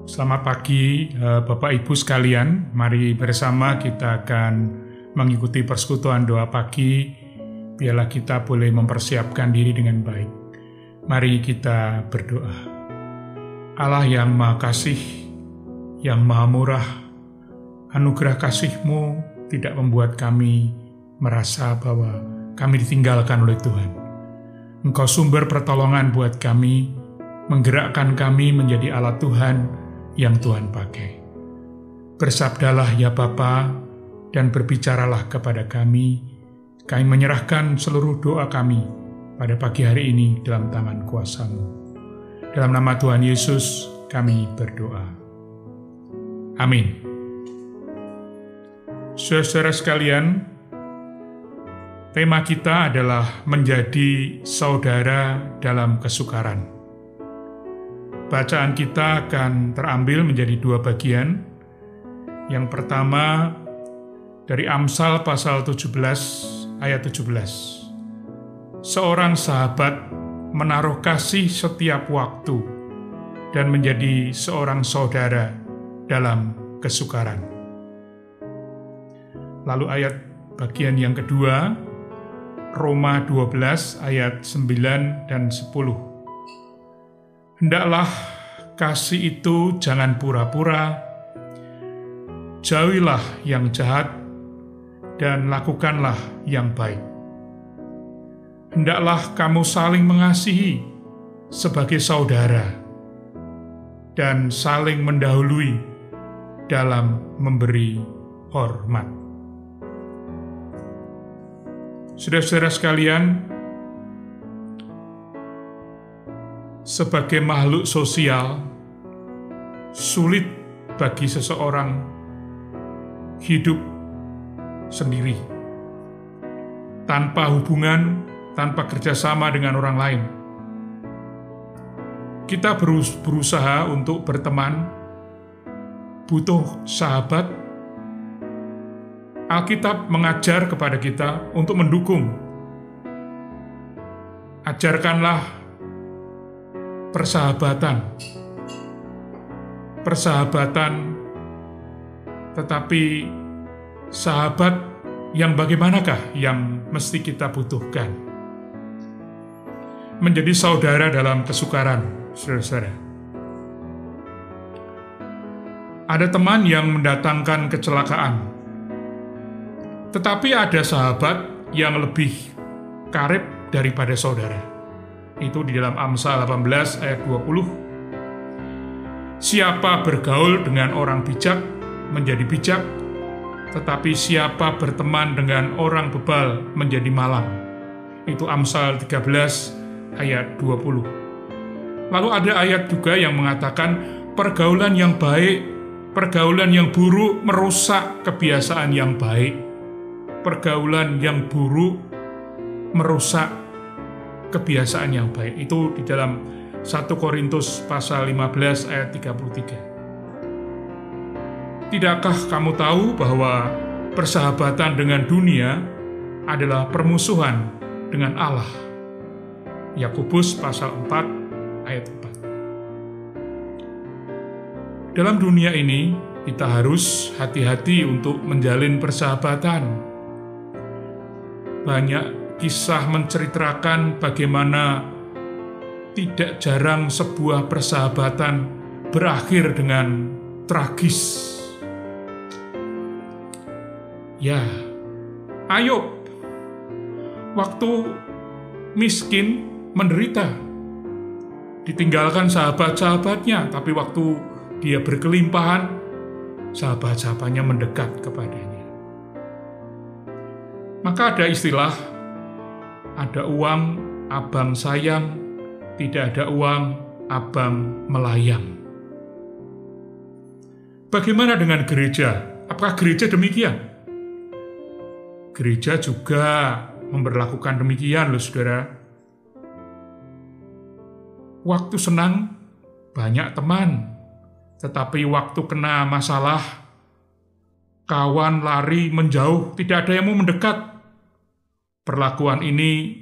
Selamat pagi Bapak Ibu sekalian, mari bersama kita akan mengikuti persekutuan doa pagi, biarlah kita boleh mempersiapkan diri dengan baik. Mari kita berdoa. Allah yang Maha Kasih, yang Maha Murah, anugerah kasih-Mu tidak membuat kami merasa bahwa kami ditinggalkan oleh Tuhan. Engkau sumber pertolongan buat kami, menggerakkan kami menjadi alat Tuhan yang Tuhan pakai. Bersabdalah ya Bapa, dan berbicaralah kepada kami. Kami menyerahkan seluruh doa kami pada pagi hari ini dalam tangan kuasa-Mu. Dalam nama Tuhan Yesus kami berdoa. Amin. Saudara-saudara sekalian, tema kita adalah menjadi saudara dalam kesukaran. Bacaan kita akan terambil menjadi dua bagian. Yang pertama dari Amsal pasal 17 ayat 17. Seorang sahabat menaruh kasih setiap waktu dan menjadi seorang saudara dalam kesukaran. Lalu ayat bagian yang kedua, Roma 12 ayat 9 dan 10. Hendaklah kasih itu jangan pura-pura, jauhilah yang jahat, dan lakukanlah yang baik. Hendaklah kamu saling mengasihi sebagai saudara, dan saling mendahului dalam memberi hormat. Saudara-saudara sekalian, sebagai makhluk sosial, sulit bagi seseorang hidup sendiri, tanpa hubungan, tanpa kerjasama dengan orang lain. Kita berusaha untuk berteman, butuh sahabat. Alkitab mengajar kepada kita untuk mendukung. Ajarkanlah persahabatan, tetapi sahabat yang bagaimanakah yang mesti kita butuhkan? Menjadi saudara dalam kesukaran, saudara-saudara. Ada teman yang mendatangkan kecelakaan, tetapi ada sahabat yang lebih karib daripada saudara. Itu di dalam Amsal 18 ayat 20. Siapa bergaul dengan orang bijak menjadi bijak, tetapi siapa berteman dengan orang bebal menjadi malang. Itu Amsal 13 ayat 20. Lalu ada ayat juga yang mengatakan pergaulan yang baik, pergaulan yang buruk merusak kebiasaan yang baik. Pergaulan yang buruk merusak kebiasaan yang baik. Itu di dalam 1 Korintus pasal 15 ayat 33. Tidakkah kamu tahu bahwa persahabatan dengan dunia adalah permusuhan dengan Allah? Yakobus pasal 4 ayat 4. Dalam dunia ini kita harus hati-hati untuk menjalin persahabatan. Banyak kisah menceritakan bagaimana tidak jarang sebuah persahabatan berakhir dengan tragis. Ya, Ayub, waktu miskin menderita, ditinggalkan sahabat-sahabatnya, tapi waktu dia berkelimpahan, sahabat-sahabatnya mendekat kepadanya. Maka ada istilah, ada uang, abang sayang, tidak ada uang, abang melayang. Bagaimana dengan gereja? Apakah gereja demikian? Gereja juga memberlakukan demikian loh saudara. Waktu senang, banyak teman. Tetapi waktu kena masalah, kawan lari menjauh, tidak ada yang mau mendekat. Perlakuan ini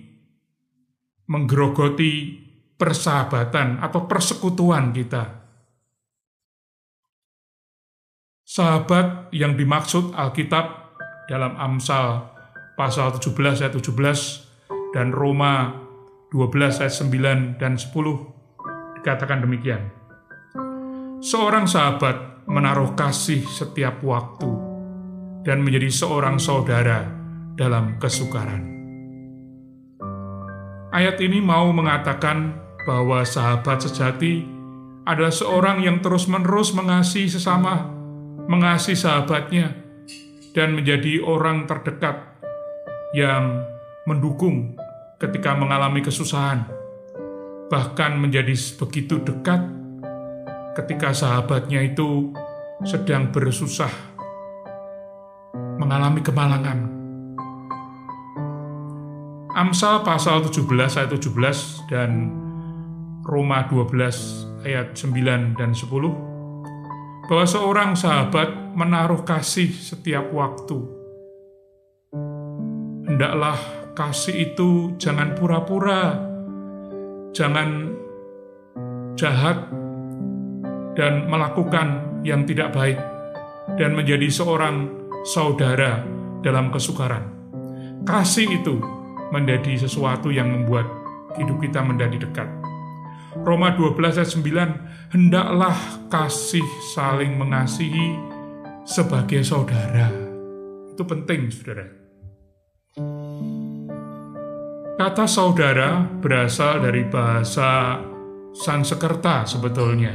menggerogoti persahabatan atau persekutuan kita. Sahabat yang dimaksud Alkitab dalam Amsal pasal 17 ayat 17 dan Roma 12 ayat 9 dan 10 dikatakan demikian. Seorang sahabat menaruh kasih setiap waktu dan menjadi seorang saudara dalam kesukaran. Ayat ini mau mengatakan bahwa sahabat sejati adalah seorang yang terus-menerus mengasihi sesama, mengasihi sahabatnya, dan menjadi orang terdekat yang mendukung ketika mengalami kesusahan, bahkan menjadi begitu dekat ketika sahabatnya itu sedang bersusah, mengalami kemalangan. Amsal pasal 17 ayat 17 dan Roma 12 ayat 9 dan 10 bahwa seorang sahabat menaruh kasih setiap waktu. Hendaklah kasih itu jangan pura-pura, jangan jahat dan melakukan yang tidak baik, dan menjadi seorang saudara dalam kesukaran. Kasih itu menjadi sesuatu yang membuat hidup kita menjadi dekat. Roma 12 ayat 9, hendaklah kasih saling mengasihi sebagai saudara. Itu penting, saudara. Kata saudara berasal dari bahasa Sanskerta sebetulnya,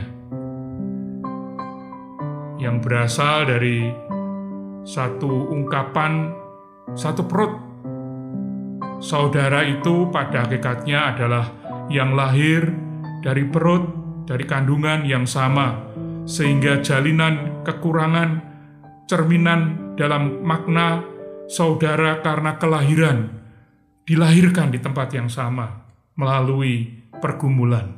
yang berasal dari satu ungkapan, satu perut. Saudara itu pada hakikatnya adalah yang lahir dari perut, dari kandungan yang sama, sehingga jalinan kekurangan, cerminan dalam makna saudara karena kelahiran, dilahirkan di tempat yang sama, melalui pergumulan.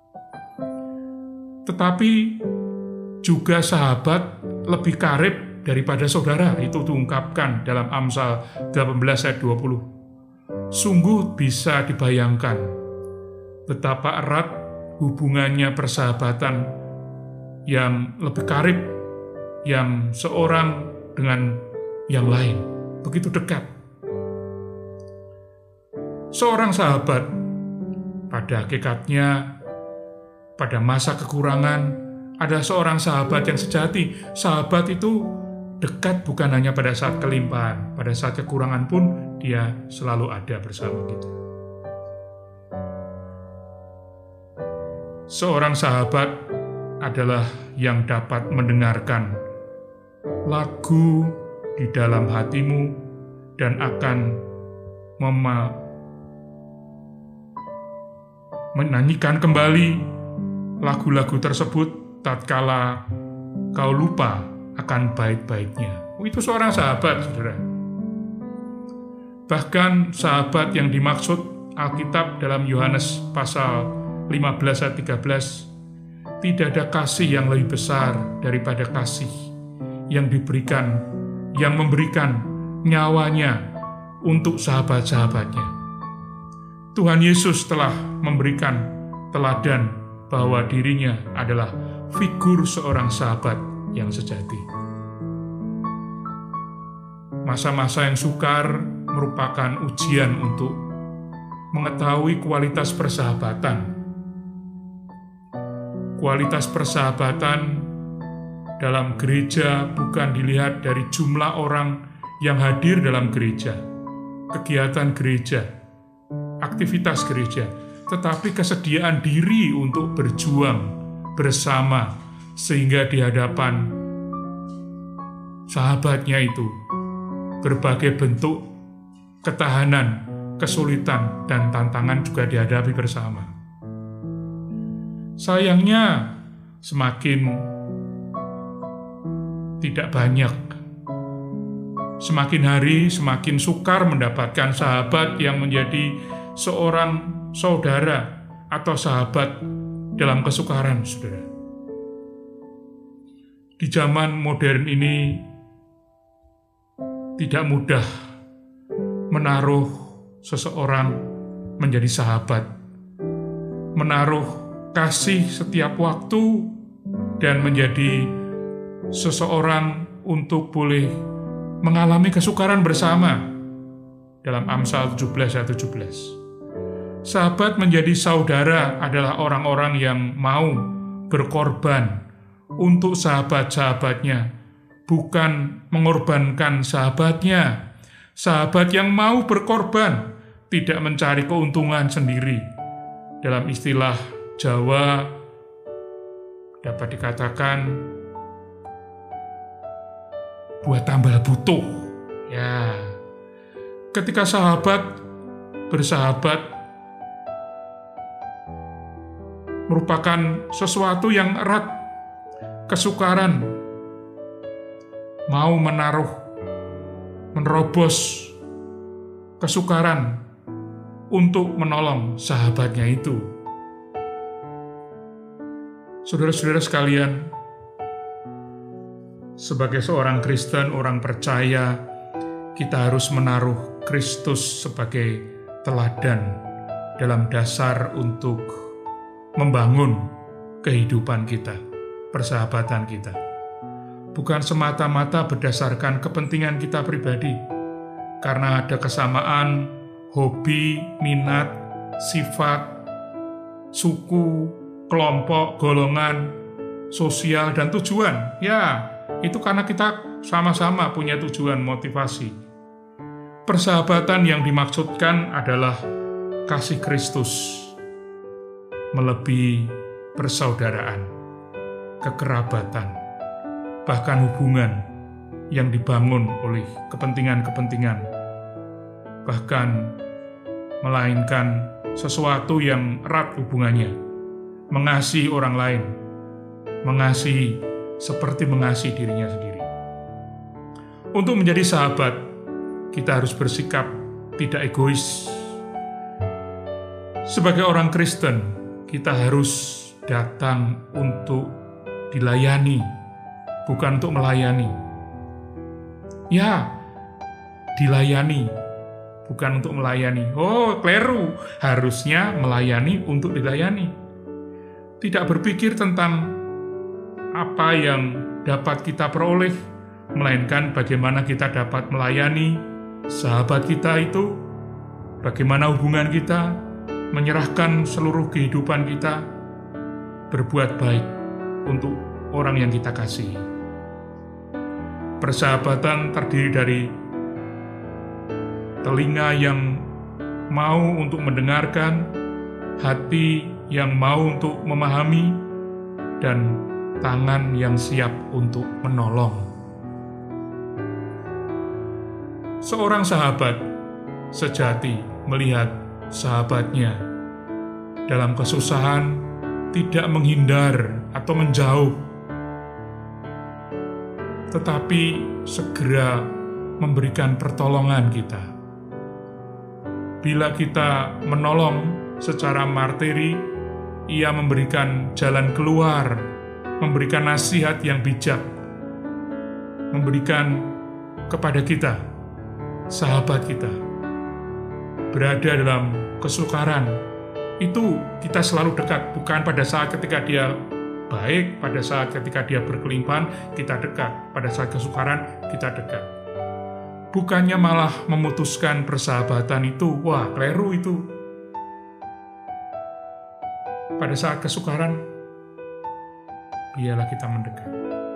Tetapi juga sahabat lebih karib daripada saudara, itu diungkapkan dalam Amsal 18 ayat 20. Sungguh bisa dibayangkan betapa erat hubungannya persahabatan yang lebih karib, yang seorang dengan yang lain, begitu dekat. Seorang sahabat pada hakikatnya pada masa kekurangan ada seorang sahabat yang sejati. Sahabat itu dekat bukan hanya pada saat kelimpahan, pada saat kekurangan pun dia selalu ada bersama kita. Seorang sahabat adalah yang dapat mendengarkan lagu di dalam hatimu dan akan menyanyikan kembali lagu-lagu tersebut tatkala kau lupa akan baik-baiknya. Itu seorang sahabat, saudara. Bahkan sahabat yang dimaksud Alkitab dalam Yohanes pasal 15 ayat 13, tidak ada kasih yang lebih besar daripada kasih yang diberikan, yang memberikan nyawanya untuk sahabat-sahabatnya. Tuhan Yesus telah memberikan teladan bahwa dirinya adalah figur seorang sahabat yang sejati. Masa-masa yang sukar merupakan ujian untuk mengetahui kualitas persahabatan. Kualitas persahabatan dalam gereja bukan dilihat dari jumlah orang yang hadir dalam gereja, kegiatan gereja, aktivitas gereja, tetapi kesediaan diri untuk berjuang bersama sehingga di hadapan sahabatnya itu berbagai bentuk ketahanan, kesulitan, dan tantangan juga dihadapi bersama. Sayangnya semakin tidak banyak, semakin hari semakin sukar mendapatkan sahabat yang menjadi seorang saudara atau sahabat dalam kesukaran, saudara. Di zaman modern ini tidak mudah menaruh seseorang menjadi sahabat, menaruh kasih setiap waktu, dan menjadi seseorang untuk boleh mengalami kesukaran bersama dalam Amsal 17 ayat 17. Sahabat menjadi saudara adalah orang-orang yang mau berkorban untuk sahabat-sahabatnya, bukan mengorbankan sahabatnya. Sahabat yang mau berkorban, tidak mencari keuntungan sendiri. Dalam istilah Jawa dapat dikatakan buat tambal butuh. Ya, ketika sahabat bersahabat merupakan sesuatu yang erat, kesukaran, mau menerobos kesukaran untuk menolong sahabatnya itu. Saudara-saudara sekalian, sebagai seorang Kristen, orang percaya, kita harus menaruh Kristus sebagai teladan dalam dasar untuk membangun kehidupan kita, persahabatan kita. Bukan semata-mata berdasarkan kepentingan kita pribadi, karena ada kesamaan hobi, minat, sifat, suku, kelompok, golongan, sosial, dan tujuan. Ya, itu karena kita sama-sama punya tujuan, motivasi. Persahabatan yang dimaksudkan adalah kasih Kristus, melebihi persaudaraan, kekerabatan, bahkan hubungan yang dibangun oleh kepentingan-kepentingan, bahkan melainkan sesuatu yang erat hubungannya, mengasihi orang lain, mengasihi seperti mengasihi dirinya sendiri. Untuk menjadi sahabat, kita harus bersikap tidak egois. Sebagai orang Kristen, kita harus datang untuk dilayani, bukan untuk melayani. Ya, dilayani, bukan untuk melayani. Oh, keliru. Harusnya melayani untuk dilayani. Tidak berpikir tentang apa yang dapat kita peroleh, melainkan bagaimana kita dapat melayani sahabat kita itu, bagaimana hubungan kita, menyerahkan seluruh kehidupan kita, berbuat baik untuk orang yang kita kasihi. Persahabatan terdiri dari telinga yang mau untuk mendengarkan, hati yang mau untuk memahami, dan tangan yang siap untuk menolong. Seorang sahabat sejati melihat sahabatnya dalam kesusahan, tidak menghindar atau menjauh, tetapi segera memberikan pertolongan kita. Bila kita menolong secara materi, ia memberikan jalan keluar, memberikan nasihat yang bijak, memberikan kepada kita, sahabat kita, berada dalam kesukaran. Itu kita selalu dekat, bukan pada saat ketika dia baik, pada saat ketika dia berkelimpahan, kita dekat. Pada saat kesukaran, kita dekat. Bukannya malah memutuskan persahabatan itu, wah, keliru itu. Pada saat kesukaran, biarlah kita mendekat.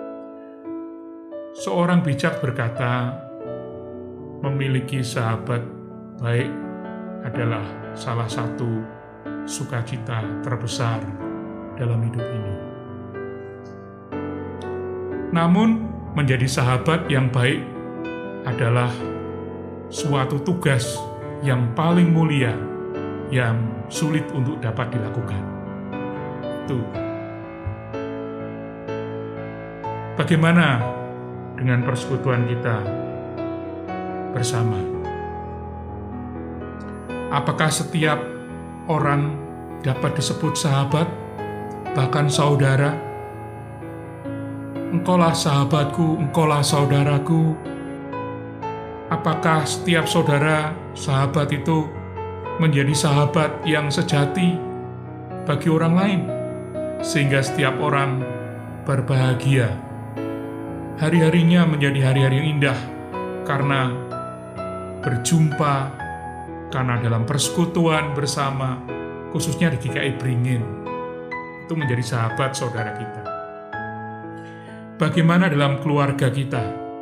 Seorang bijak berkata, memiliki sahabat baik adalah salah satu sukacita terbesar dalam hidup ini. Namun, menjadi sahabat yang baik adalah suatu tugas yang paling mulia, yang sulit untuk dapat dilakukan. Itu. Bagaimana dengan persekutuan kita bersama? Apakah setiap orang dapat disebut sahabat, bahkan saudara? Engkaulah sahabatku, engkaulah saudaraku. Apakah setiap saudara, sahabat itu menjadi sahabat yang sejati bagi orang lain, sehingga setiap orang berbahagia hari-harinya menjadi hari-hari yang indah karena berjumpa, karena dalam persekutuan bersama, khususnya di GKI Beringin, itu menjadi sahabat saudara kita. Bagaimana dalam keluarga kita?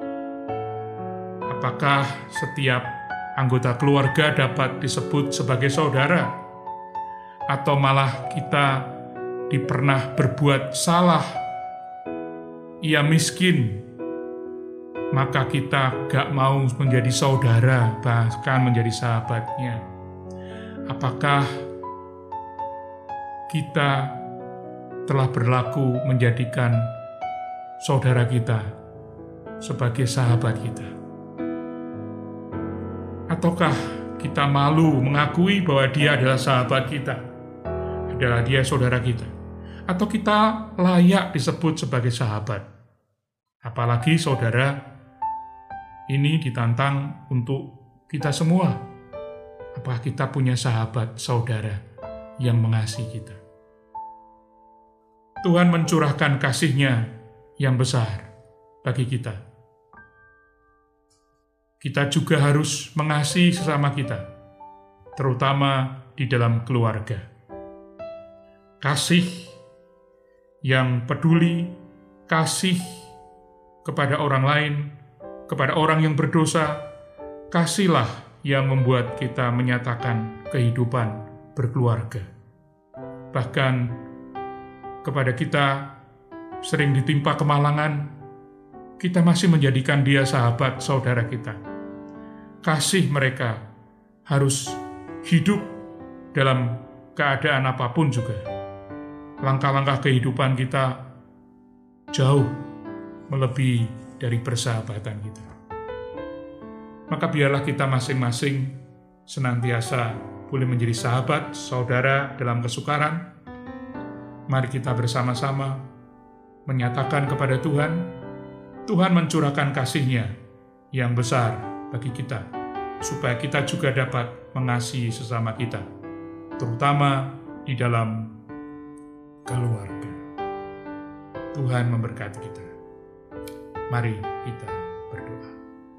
Apakah setiap anggota keluarga dapat disebut sebagai saudara? Atau malah kita pernah berbuat salah, ia miskin, maka kita gak mau menjadi saudara, bahkan menjadi sahabatnya. Apakah kita telah berlaku menjadikan saudara kita sebagai sahabat kita? Ataukah kita malu mengakui bahwa dia adalah sahabat kita, adalah dia saudara kita? Atau kita layak disebut sebagai sahabat? Apalagi saudara, ini ditantang untuk kita semua. Apakah kita punya sahabat, saudara yang mengasihi kita? Tuhan mencurahkan kasih-Nya yang besar bagi kita. Kita juga harus mengasihi sesama kita, terutama di dalam keluarga. Kasih yang peduli, kasih kepada orang lain, kepada orang yang berdosa, kasihlah yang membuat kita menyatakan kehidupan berkeluarga. Bahkan kepada kita sering ditimpa kemalangan, kita masih menjadikan dia sahabat saudara kita. Kasih mereka harus hidup dalam keadaan apapun juga. Langkah-langkah kehidupan kita jauh melebihi dari persahabatan kita. Maka biarlah kita masing-masing senantiasa boleh menjadi sahabat, saudara dalam kesukaran. Mari kita bersama-sama menyatakan kepada Tuhan, Tuhan mencurahkan kasih-Nya yang besar bagi kita, supaya kita juga dapat mengasihi sesama kita, terutama di dalam keluarga. Tuhan memberkati kita. Mari kita berdoa.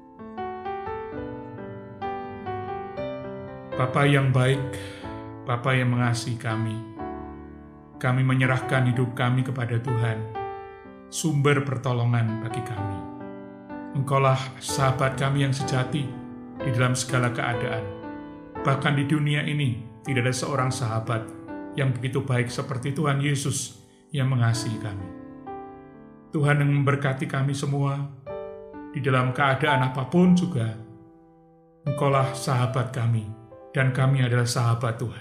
Bapa yang baik, Bapa yang mengasihi kami menyerahkan hidup kami kepada Tuhan, sumber pertolongan bagi kami. Engkaulah sahabat kami yang sejati di dalam segala keadaan. Bahkan di dunia ini tidak ada seorang sahabat yang begitu baik seperti Tuhan Yesus yang mengasihi kami. Tuhan yang memberkati kami semua, di dalam keadaan apapun juga, Engkaulah sahabat kami, dan kami adalah sahabat Tuhan.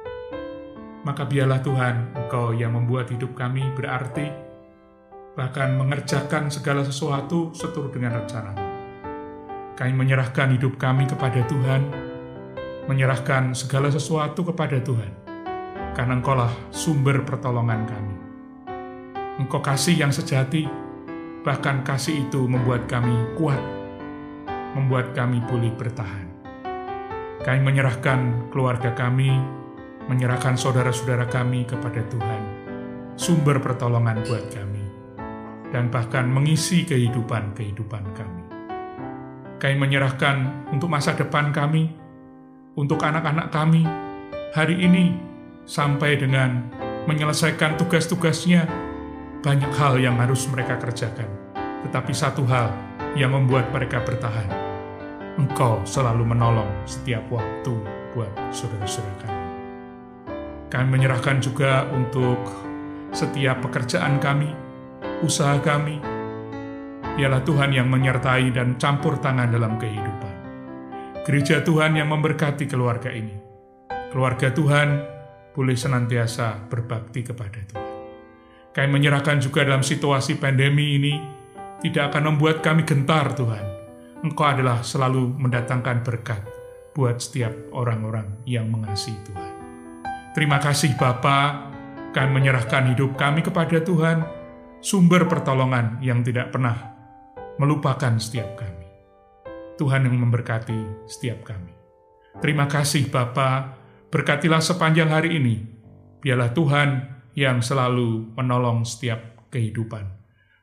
Maka biarlah Tuhan, Engkau yang membuat hidup kami berarti, bahkan mengerjakan segala sesuatu seturut dengan rencana-Mu. Kami menyerahkan hidup kami kepada Tuhan, menyerahkan segala sesuatu kepada Tuhan, karena Engkaulah sumber pertolongan kami. Engkau kasih yang sejati, bahkan kasih itu membuat kami kuat, membuat kami boleh bertahan. Kami menyerahkan keluarga kami, menyerahkan saudara-saudara kami kepada Tuhan, sumber pertolongan buat kami, dan bahkan mengisi kehidupan kami. Kami menyerahkan untuk masa depan kami, untuk anak-anak kami, hari ini sampai dengan menyelesaikan tugas-tugasnya. Banyak hal yang harus mereka kerjakan, tetapi satu hal yang membuat mereka bertahan. Engkau selalu menolong setiap waktu buat saudara-saudara kami. Kami menyerahkan juga untuk setiap pekerjaan kami, usaha kami. Ialah Tuhan yang menyertai dan campur tangan dalam kehidupan. Gereja Tuhan yang memberkati keluarga ini. Keluarga Tuhan boleh senantiasa berbakti kepada Tuhan. Kami menyerahkan juga dalam situasi pandemi ini, tidak akan membuat kami gentar, Tuhan. Engkau adalah selalu mendatangkan berkat buat setiap orang-orang yang mengasihi Tuhan. Terima kasih Bapa, kami menyerahkan hidup kami kepada Tuhan, sumber pertolongan yang tidak pernah melupakan setiap kami. Tuhan yang memberkati setiap kami. Terima kasih Bapa, berkatilah sepanjang hari ini. Biarlah Tuhan yang selalu menolong setiap kehidupan,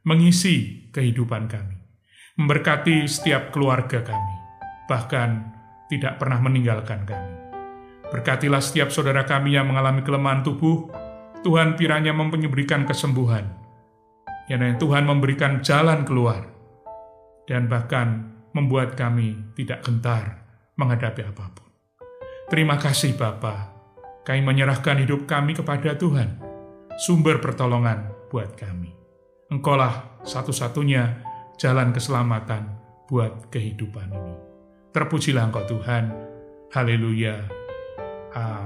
mengisi kehidupan kami, memberkati setiap keluarga kami, bahkan tidak pernah meninggalkan kami. Berkatilah setiap saudara kami yang mengalami kelemahan tubuh, Tuhan kiranya memberikan kesembuhan, yang Tuhan memberikan jalan keluar, dan bahkan membuat kami tidak gentar menghadapi apapun. Terima kasih Bapa, kami menyerahkan hidup kami kepada Tuhan, sumber pertolongan buat kami. Engkaulah satu-satunya jalan keselamatan buat kehidupan ini. Terpujilah Engkau Tuhan. Haleluya. Amin.